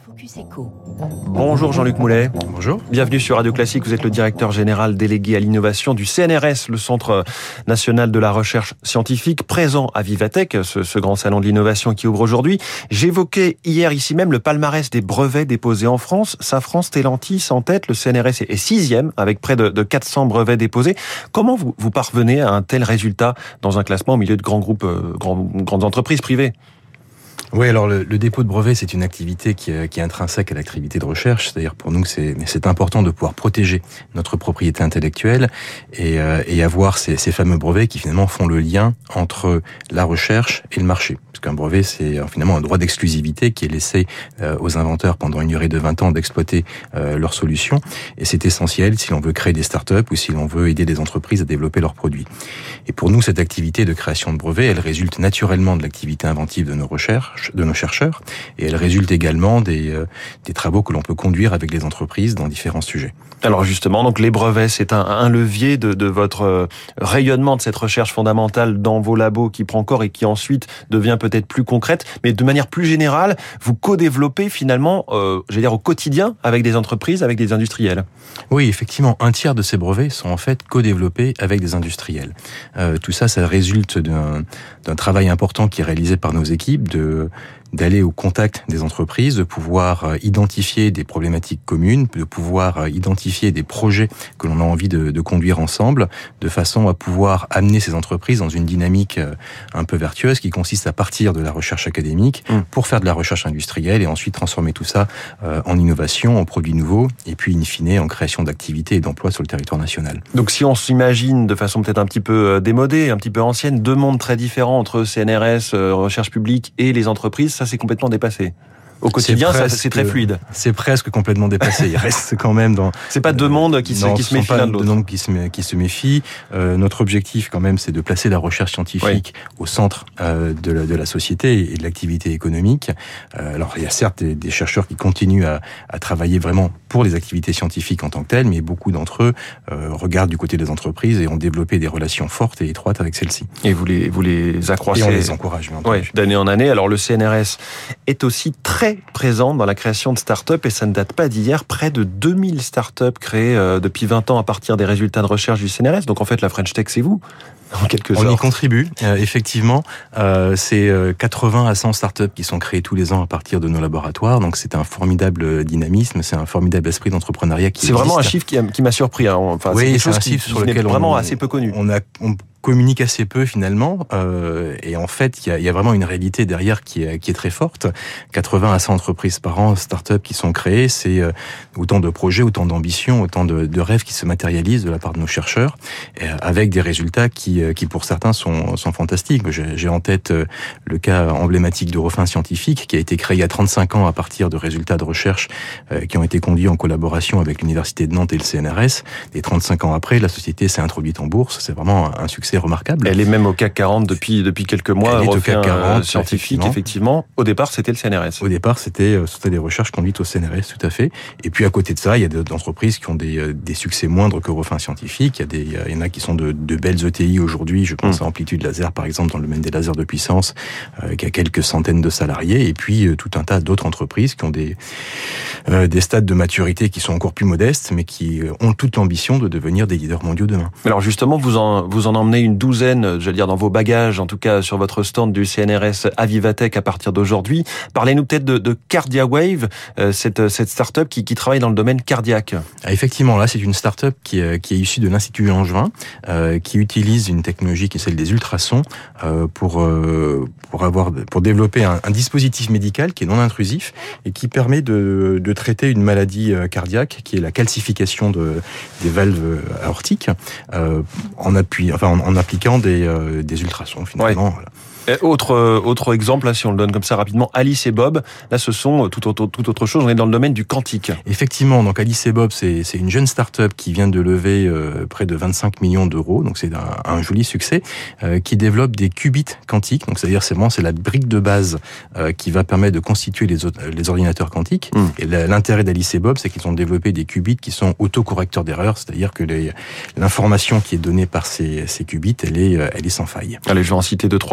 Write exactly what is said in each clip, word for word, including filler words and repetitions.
Focus Echo. Bonjour Jean-Luc Moulet. Bonjour. Bienvenue sur Radio Classique. Vous êtes le directeur général délégué à l'innovation du C N R S, le Centre national de la recherche scientifique, présent à Vivatech, ce, ce grand salon de l'innovation qui ouvre aujourd'hui. J'évoquais hier ici même le palmarès des brevets déposés en France. Safran, Stellantis en tête. Le C N R S est sixième avec près de, de quatre cents brevets déposés. Comment vous, vous parvenez à un tel résultat dans un classement au milieu de grands groupes, euh, grands, grandes entreprises privées ? Oui, alors le, le dépôt de brevet, c'est une activité qui est, qui est intrinsèque à l'activité de recherche. C'est-à-dire pour nous, c'est, c'est important de pouvoir protéger notre propriété intellectuelle et, euh, et avoir ces, ces fameux brevets qui finalement font le lien entre la recherche et le marché. Parce qu'un brevet, c'est finalement un droit d'exclusivité qui est laissé euh, aux inventeurs pendant une durée de vingt ans d'exploiter euh, leurs solutions. Et c'est essentiel si l'on veut créer des startups ou si l'on veut aider des entreprises à développer leurs produits. Et pour nous, cette activité de création de brevets, elle résulte naturellement de l'activité inventive de nos recherches, de nos chercheurs, et elle résulte également des, euh, des travaux que l'on peut conduire avec les entreprises dans différents sujets. Alors justement, donc les brevets, c'est un, un levier de, de votre euh, rayonnement de cette recherche fondamentale dans vos labos qui prend corps et qui ensuite devient peut-être plus concrète, mais de manière plus générale, vous co-développez finalement, euh, j'allais dire au quotidien, avec des entreprises, avec des industriels. Oui, effectivement, un tiers de ces brevets sont en fait co-développés avec des industriels. Euh, tout ça, ça résulte d'un, d'un travail important qui est réalisé par nos équipes, de d'aller au contact des entreprises, de pouvoir identifier des problématiques communes, de pouvoir identifier des projets que l'on a envie de, de conduire ensemble, de façon à pouvoir amener ces entreprises dans une dynamique un peu vertueuse qui consiste à partir de la recherche académique mmh. pour faire de la recherche industrielle et ensuite transformer tout ça en innovation, en produits nouveaux et puis in fine en création d'activités et d'emplois sur le territoire national. Donc si on s'imagine de façon peut-être un petit peu démodée, un petit peu ancienne, deux mondes très différents entre C N R S, recherche publique et les entreprises, ça c'est complètement dépassé. Au quotidien, c'est, presque, ça, c'est très fluide. C'est presque complètement dépassé. Il reste quand même dans. C'est pas deux mondes qui se, non, qui se méfient l'un de l'autre. Deux mondes qui se, qui se méfient. Euh, notre objectif, quand même, c'est de placer la recherche scientifique oui. au centre euh, de, la, de la société et de l'activité économique. Euh, alors, il y a certes des, des chercheurs qui continuent à, à travailler vraiment pour les activités scientifiques en tant que telles, mais beaucoup d'entre eux euh, regardent du côté des entreprises et ont développé des relations fortes et étroites avec celles-ci. Et vous les, vous les accroissez. Et on les encourage, bien entendu. Oui, d'année en année. Alors, le C N R S est aussi très présent dans la création de start-up et ça ne date pas d'hier. Près de deux mille start-up créées euh, depuis vingt ans à partir des résultats de recherche du C N R S. Donc en fait, la French Tech, c'est vous, en quelque sorte. On y contribue, euh, effectivement. Euh, c'est quatre-vingts à cent start-up qui sont créées tous les ans à partir de nos laboratoires. Donc c'est un formidable dynamisme, c'est un formidable esprit d'entrepreneuriat qui C'est existe. vraiment un chiffre qui, a, qui m'a surpris. Hein. Enfin, oui, c'est, c'est un qui, chiffre qui sur lequel vraiment on, assez peu connu. On a... On, communique assez peu finalement euh, et en fait il y a, y a vraiment une réalité derrière qui est, qui est très forte. quatre-vingts à cent entreprises par an, start-up qui sont créées, c'est euh, autant de projets, autant d'ambitions, autant de, de rêves qui se matérialisent de la part de nos chercheurs et, euh, avec des résultats qui, euh, qui pour certains sont, sont fantastiques. J'ai, j'ai en tête euh, le cas emblématique d'Eurofins Scientifique qui a été créé il y a trente-cinq ans à partir de résultats de recherche euh, qui ont été conduits en collaboration avec l'Université de Nantes et le C N R S. Et trente-cinq ans après, la société s'est introduite en bourse. C'est vraiment un succès remarquable. Elle est même au C A C quarante depuis depuis quelques mois. Elle est au C A C quarante, scientifique, effectivement. effectivement. Au départ, c'était le C N R S. Au départ, c'était c'était des recherches conduites au C N R S, tout à fait. Et puis à côté de ça, il y a des entreprises qui ont des des succès moindres qu'Eurofins Scientifique. Il y a des il y en a qui sont de de belles E T I aujourd'hui. Je pense mmh. à Amplitude Laser, par exemple, dans le domaine des lasers de puissance, euh, qui a quelques centaines de salariés. Et puis euh, tout un tas d'autres entreprises qui ont des euh, des stades de maturité qui sont encore plus modestes, mais qui ont toute l'ambition de devenir des leaders mondiaux demain. Alors justement, vous en vous en emmenez une douzaine. J'allais dire dans vos bagages, en tout cas sur votre stand du C N R S à Vivatech à partir d'aujourd'hui. Parlez-nous peut-être de, de CardiaWave, euh, cette, cette start-up qui, qui travaille dans le domaine cardiaque. Ah, effectivement, là c'est une start-up qui est, qui est issue de l'Institut Langevin, euh, qui utilise une technologie qui est celle des ultrasons euh, pour euh, pour avoir pour développer un, un dispositif médical qui est non intrusif et qui permet de, de traiter une maladie cardiaque qui est la calcification de, des valves aortiques euh, en appui, enfin en, en appliquant des, euh, des ultrasons finalement. Ouais. Voilà. Autre autre exemple, là, si on le donne comme ça rapidement, Alice et Bob, là, ce sont tout autre, tout autre chose. On est dans le domaine du quantique. Effectivement, donc Alice et Bob, c'est, c'est une jeune start-up qui vient de lever euh, près de vingt-cinq millions d'euros, donc c'est un, un joli succès, euh, qui développe des qubits quantiques. Donc c'est-à-dire c'est vraiment c'est la brique de base euh, qui va permettre de constituer les, les ordinateurs quantiques. Mmh. Et l'intérêt d'Alice et Bob, c'est qu'ils ont développé des qubits qui sont autocorrecteurs d'erreurs, c'est-à-dire que les, l'information qui est donnée par ces, ces qubits, elle est, elle est sans faille. Allez, je vais en citer deux, trois autres.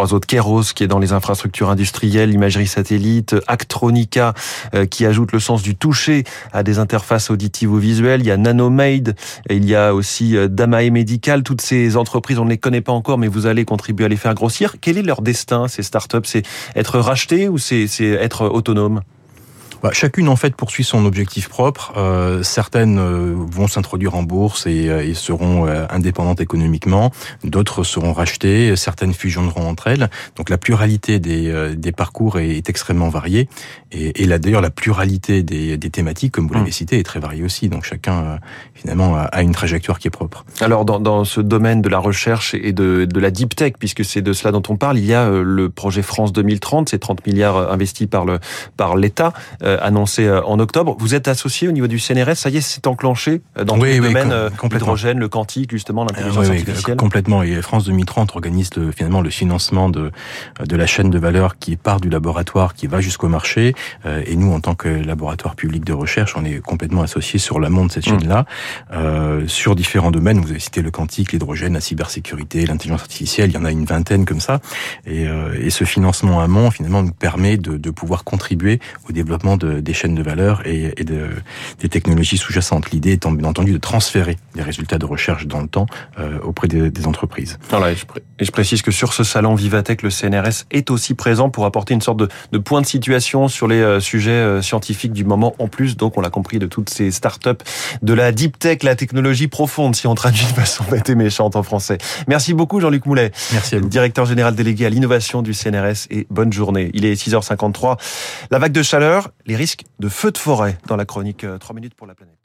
Kairos qui est dans les infrastructures industrielles, l'imagerie satellite, Actronica euh, qui ajoute le sens du toucher à des interfaces auditives ou visuelles, il y a Nanomade, et il y a aussi euh, Damae Medical. Toutes ces entreprises, on ne les connaît pas encore, mais vous allez contribuer à les faire grossir. Quel est leur destin, ces startups? C'est être racheté ou c'est, c'est être autonome? Bah, chacune en fait poursuit son objectif propre. Euh, certaines euh, vont s'introduire en bourse et, euh, et seront euh, indépendantes économiquement. D'autres seront rachetées. Certaines fusionneront entre elles. Donc la pluralité des, euh, des parcours est, est extrêmement variée. Et, et là d'ailleurs la pluralité des, des thématiques, comme vous l'avez cité, est très variée aussi. Donc chacun euh, finalement a une trajectoire qui est propre. Alors dans, dans ce domaine de la recherche et de, de la deep tech, puisque c'est de cela dont on parle, il y a euh, le projet France deux mille trente, c'est trente milliards investis par le par l'État. Euh, annoncé en octobre. Vous êtes associé au niveau du C N R S, ça y est, c'est enclenché dans oui, tout le oui, domaine, com- l'hydrogène, le quantique, justement, l'intelligence euh, oui, artificielle. Oui, complètement. Et France deux mille trente organise le, finalement le financement de, de la chaîne de valeur qui part du laboratoire, qui va jusqu'au marché. Euh, et nous, en tant que laboratoire public de recherche, on est complètement associés sur l'amont de cette chaîne-là, mmh. euh, sur différents domaines. Vous avez cité le quantique, l'hydrogène, la cybersécurité, l'intelligence artificielle. Il y en a une vingtaine comme ça. Et, euh, et ce financement amont, finalement, nous permet de, de pouvoir contribuer au développement de, des chaînes de valeur et, et de, des technologies sous-jacentes. L'idée étant bien entendu de transférer des résultats de recherche dans le temps euh, auprès des, des entreprises. Voilà, et, je pré- et je précise que sur ce salon Vivatech, le C N R S est aussi présent pour apporter une sorte de, de point de situation sur les euh, sujets euh, scientifiques du moment, en plus, donc on l'a compris, de toutes ces startups, de la deep tech, la technologie profonde, si on traduit de façon bête et méchante en français. Merci beaucoup Jean-Luc Moulet. Merci à vous. Directeur général délégué à l'innovation du C N R S, et bonne journée. Il est six heures cinquante-trois. La vague de chaleur, les risques de feux de forêt dans la chronique trois minutes pour la planète.